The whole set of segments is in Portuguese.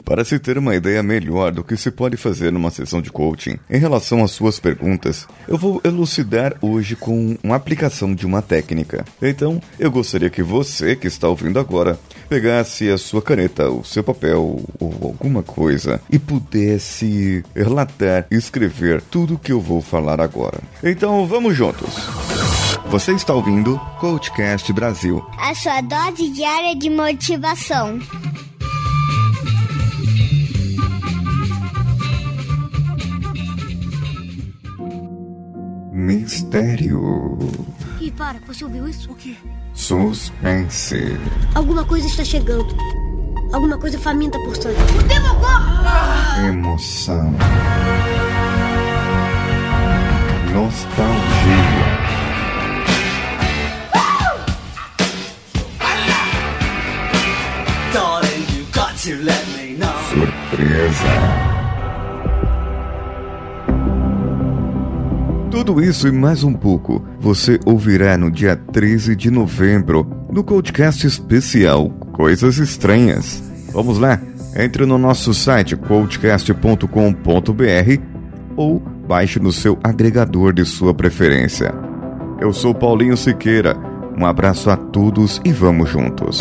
Para se ter uma ideia melhor do que se pode fazer numa sessão de coaching em relação às suas perguntas, eu vou elucidar hoje com uma aplicação de uma técnica. Então, eu gostaria que você que está ouvindo agora pegasse a sua caneta, o seu papel ou alguma coisa e pudesse relatar e escrever tudo o que eu vou falar agora. Então, vamos juntos! Você está ouvindo Coachcast Brasil, a sua dose diária de motivação. Mistério. Ih, para, você ouviu isso? O quê? Suspense. Alguma coisa está chegando. Alguma coisa faminta por sangue. O Demogorgon! Emoção. Nostalgia. Surpresa. Tudo isso e mais um pouco você ouvirá no dia 13 de novembro no Coachcast especial Coisas Estranhas. Vamos lá? Entre no nosso site coachcast.com.br ou baixe no seu agregador de sua preferência. Eu sou Paulinho Siqueira. Um abraço a todos e vamos juntos.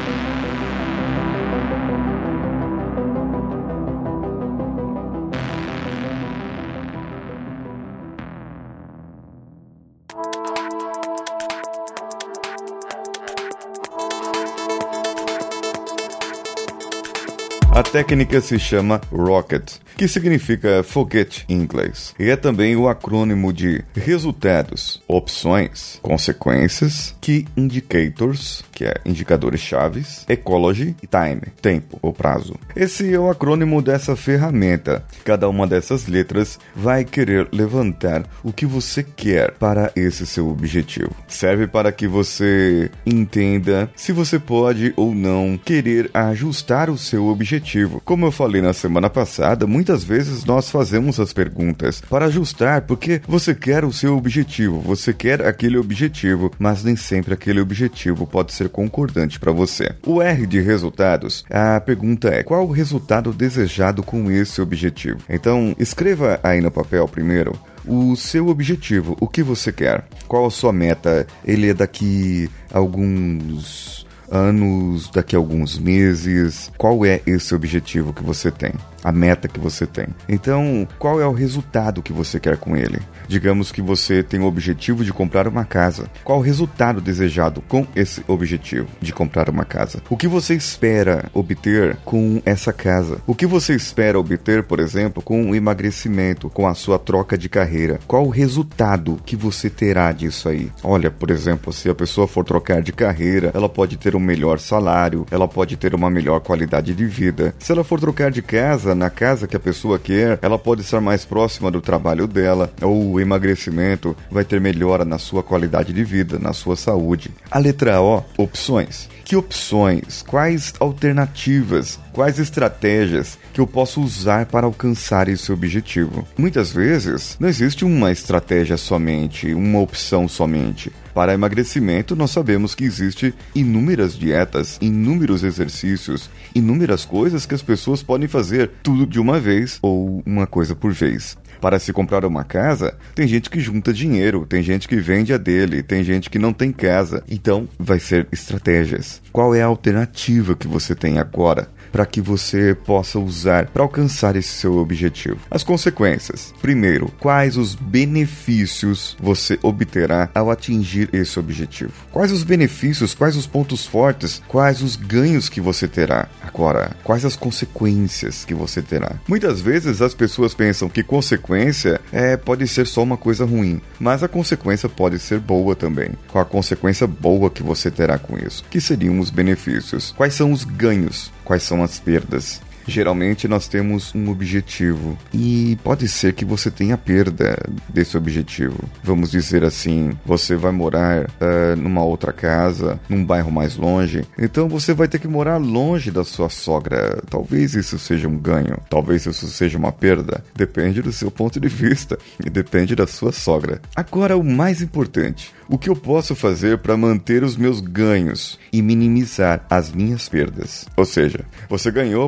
A técnica se chama ROCKET, que significa foguete em inglês, e é também o acrônimo de resultados, opções, consequências, key indicators, que é indicadores chaves, ecology e time, tempo ou prazo. Esse é o acrônimo dessa ferramenta. Cada uma dessas letras vai querer levantar o que você quer para esse seu objetivo. Serve para que você entenda se você pode ou não querer ajustar o seu objetivo. Como eu falei na semana passada, muitas vezes nós fazemos as perguntas para ajustar porque você quer o seu objetivo, você quer aquele objetivo, mas nem sempre aquele objetivo pode ser concordante para você. O R de resultados, a pergunta é: qual o resultado desejado com esse objetivo? Então, escreva aí no papel primeiro o seu objetivo, o que você quer, qual a sua meta, ele é daqui a alguns anos, daqui a alguns meses, qual é esse objetivo que você tem, a meta que você tem. Então, qual é o resultado que você quer com ele? Digamos que você tem o objetivo de comprar uma casa. Qual o resultado desejado com esse objetivo de comprar uma casa? O que você espera obter com essa casa? O que você espera obter, por exemplo, com o emagrecimento, com a sua troca de carreira? Qual o resultado que você terá disso aí? Olha, por exemplo, se a pessoa for trocar de carreira, ela pode ter um melhor salário, ela pode ter uma melhor qualidade de vida. Se ela for trocar de casa, na casa que a pessoa quer, ela pode estar mais próxima do trabalho dela, ou o emagrecimento vai ter melhora na sua qualidade de vida, na sua saúde. A letra O, opções. Que opções? Quais alternativas? Quais estratégias que eu posso usar para alcançar esse objetivo? Muitas vezes não existe uma estratégia somente, uma opção somente. Para emagrecimento, nós sabemos que existe inúmeras dietas, inúmeros exercícios, inúmeras coisas que as pessoas podem fazer, tudo de uma vez ou uma coisa por vez. Para se comprar uma casa, tem gente que junta dinheiro, tem gente que vende a dele, tem gente que não tem casa. Então, vai ser estratégias. Qual é a alternativa que você tem agora para que você possa usar para alcançar esse seu objetivo? As consequências. Primeiro, quais os benefícios você obterá ao atingir esse objetivo? Quais os benefícios, quais os pontos fortes, quais os ganhos que você terá? Agora, quais as consequências que você terá? Muitas vezes as pessoas pensam que consequência pode ser só uma coisa ruim, mas a consequência pode ser boa também. Qual a consequência boa que você terá com isso? Que seriam os benefícios? Quais são os ganhos? Quais são as perdas? Geralmente nós temos um objetivo e pode ser que você tenha perda desse objetivo. Vamos dizer assim, você vai morar numa outra casa, num bairro mais longe, então você vai ter que morar longe da sua sogra. Talvez isso seja um ganho, talvez isso seja uma perda. Depende do seu ponto de vista e depende da sua sogra. Agora, o mais importante, o que eu posso fazer para manter os meus ganhos e minimizar as minhas perdas? Ou seja, você ganhou porque você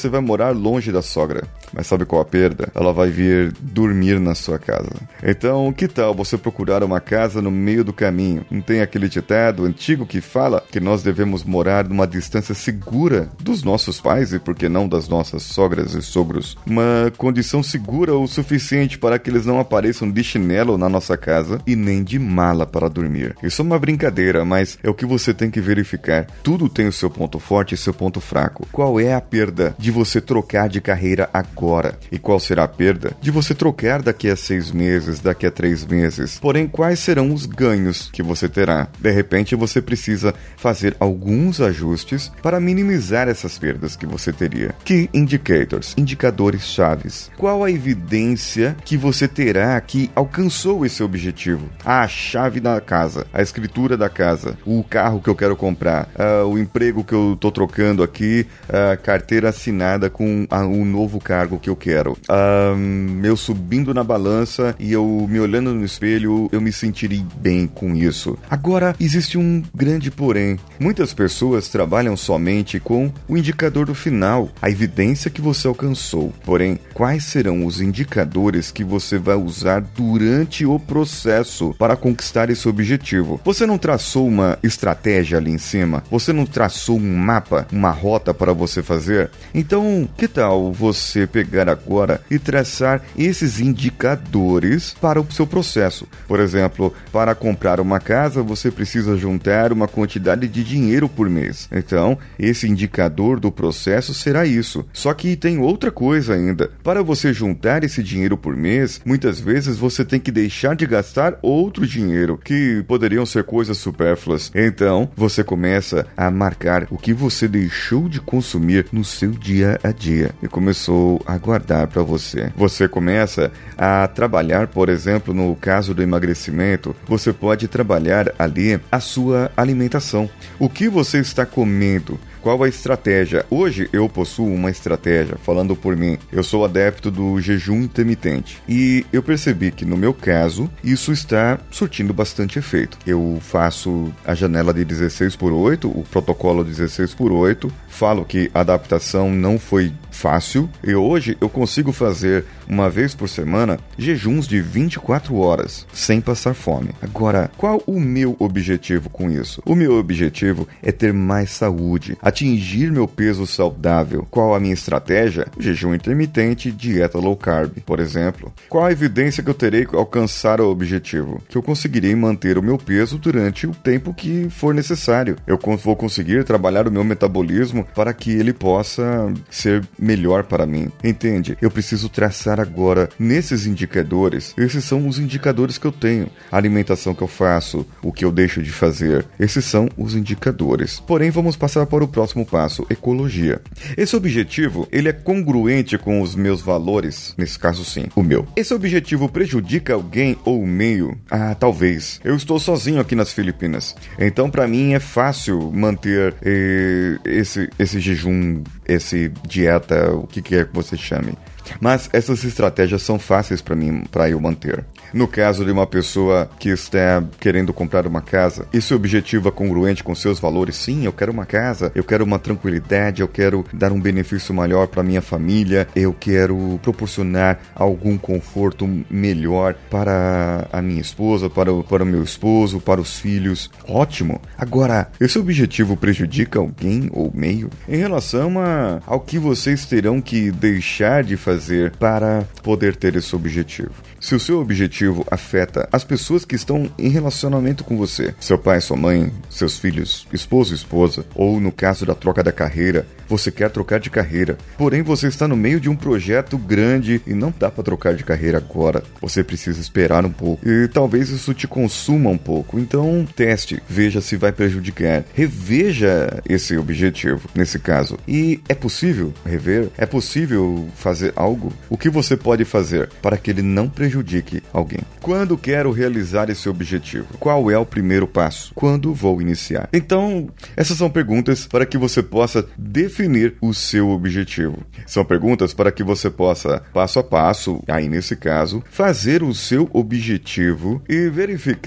você vai morar longe da sogra. Mas sabe qual a perda? Ela vai vir dormir na sua casa. Então, que tal você procurar uma casa no meio do caminho? Não tem aquele ditado antigo que fala que nós devemos morar numa distância segura dos nossos pais e, por que não, das nossas sogras e sogros? Uma condição segura o suficiente para que eles não apareçam de chinelo na nossa casa e nem de mala para dormir. Isso é uma brincadeira, mas é o que você tem que verificar. Tudo tem o seu ponto forte e seu ponto fraco. Qual é a perda de você trocar de carreira agora? E qual será a perda de você trocar daqui a 6 meses, daqui a 3 meses? Porém, quais serão os ganhos que você terá? De repente, você precisa fazer alguns ajustes para minimizar essas perdas que você teria. Key indicators, indicadores chaves. Qual a evidência que você terá que alcançou esse objetivo? A chave da casa, a escritura da casa, o carro que eu quero comprar, o emprego que eu tô trocando aqui, a carteira assinada com o novo cargo que eu quero. Eu subindo na balança e eu me olhando no espelho, eu me sentiria bem com isso. Agora, existe um grande porém. Muitas pessoas trabalham somente com o indicador do final, a evidência que você alcançou. Porém, quais serão os indicadores que você vai usar durante o processo para conquistar esse objetivo? Você não traçou uma estratégia ali em cima? Você não traçou um mapa, uma rota para você fazer? Então, que tal você pegar agora e traçar esses indicadores para o seu processo? Por exemplo, para comprar uma casa, você precisa juntar uma quantidade de dinheiro por mês. Então, esse indicador do processo será isso. Só que tem outra coisa ainda. Para você juntar esse dinheiro por mês, muitas vezes você tem que deixar de gastar outro dinheiro, que poderiam ser coisas supérfluas. Então, você começa a marcar o que você deixou de consumir no seu dia a dia e começou a guardar para você. Você começa a trabalhar, por exemplo, no caso do emagrecimento, você pode trabalhar ali a sua alimentação. O que você está comendo? Qual a estratégia? Hoje eu possuo uma estratégia, falando por mim. Eu sou adepto do jejum intermitente e eu percebi que no meu caso isso está surtindo bastante efeito. Eu faço a janela de 16/8, o protocolo 16/8. Falo que a adaptação não foi fácil e hoje eu consigo fazer uma vez por semana jejuns de 24 horas sem passar fome. Agora, qual o meu objetivo com isso? O meu objetivo é ter mais saúde, atingir meu peso saudável. Qual a minha estratégia? Jejum intermitente, dieta low carb, por exemplo. Qual a evidência que eu terei que alcançar o objetivo? Que eu conseguirei manter o meu peso durante o tempo que for necessário. Eu vou conseguir trabalhar o meu metabolismo para que ele possa ser melhor para mim. Entende? Eu preciso traçar agora nesses indicadores. Esses são os indicadores que eu tenho. A alimentação que eu faço, o que eu deixo de fazer. Esses são os indicadores. Porém, vamos passar para o próximo passo, ecologia. Esse objetivo, ele é congruente com os meus valores? Nesse caso, sim, o meu. Esse objetivo prejudica alguém ou o meio? Ah, talvez. Eu estou sozinho aqui nas Filipinas. Então, para mim, é fácil manter esse jejum, esse dieta, o que quer que você chame. Mas essas estratégias são fáceis para mim, para eu manter. No caso de uma pessoa que está querendo comprar uma casa, esse objetivo é congruente com seus valores? Sim, eu quero uma casa, eu quero uma tranquilidade, eu quero dar um benefício maior para minha família, eu quero proporcionar algum conforto melhor para a minha esposa, para o meu esposo, para os filhos. Ótimo! Agora, esse objetivo prejudica alguém ou meio? Em relação ao que vocês terão que deixar de fazer para poder ter esse objetivo. Se o seu objetivo afeta as pessoas que estão em relacionamento com você, seu pai, sua mãe, seus filhos, esposo, esposa, ou no caso da troca da carreira, você quer trocar de carreira, porém você está no meio de um projeto grande e não dá para trocar de carreira agora. Você precisa esperar um pouco e talvez isso te consuma um pouco. Então, teste, veja se vai prejudicar. Reveja esse objetivo, nesse caso. E é possível rever? É possível fazer algo? O que você pode fazer para que ele não prejudique alguém? Quando quero realizar esse objetivo? Qual é o primeiro passo? Quando vou iniciar? Então, essas são perguntas para que você possa definir o seu objetivo. São perguntas para que você possa, passo a passo, aí nesse caso, fazer o seu objetivo e verificar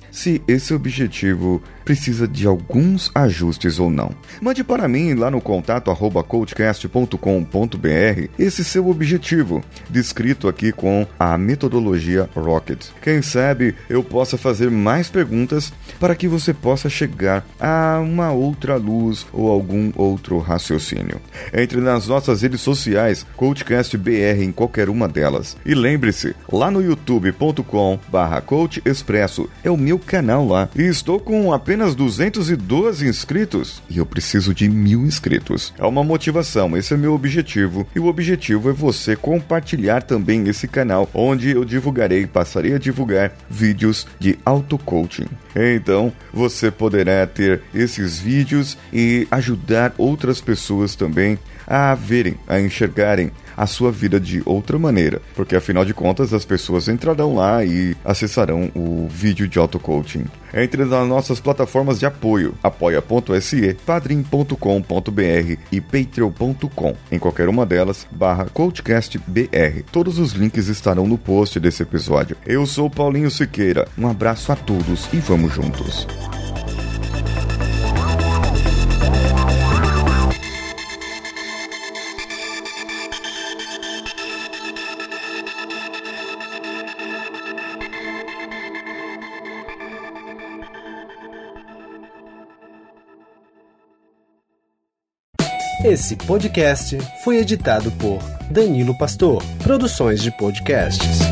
se esse objetivo precisa de alguns ajustes ou não. Mande para mim lá no contato@coachcast.com.br esse seu objetivo, descrito aqui com a metodologia Rocket. Quem sabe eu possa fazer mais perguntas para que você possa chegar a uma outra luz ou algum outro raciocínio. Entre nas nossas redes sociais, CoachCastBR em qualquer uma delas. E lembre-se, lá no youtube.com/coachexpresso é o meu canal lá. E estou com apenas 212 inscritos e eu preciso de 1000 inscritos. É uma motivação, esse é meu objetivo. E o objetivo é você compartilhar também esse canal, onde eu passarei a divulgar vídeos de auto-coaching. Então, você poderá ter esses vídeos e ajudar outras pessoas também a verem, a enxergarem a sua vida de outra maneira, porque afinal de contas as pessoas entrarão lá e acessarão o vídeo de auto-coaching. Entre nas nossas plataformas de apoio, apoia.se, padrim.com.br e patreon.com. Em qualquer uma delas, /CoachCastBR. Todos os links estarão no post desse episódio. Eu sou Paulinho Siqueira, um abraço a todos e vamos juntos. Esse podcast foi editado por Danilo Pastor, Produções de Podcasts.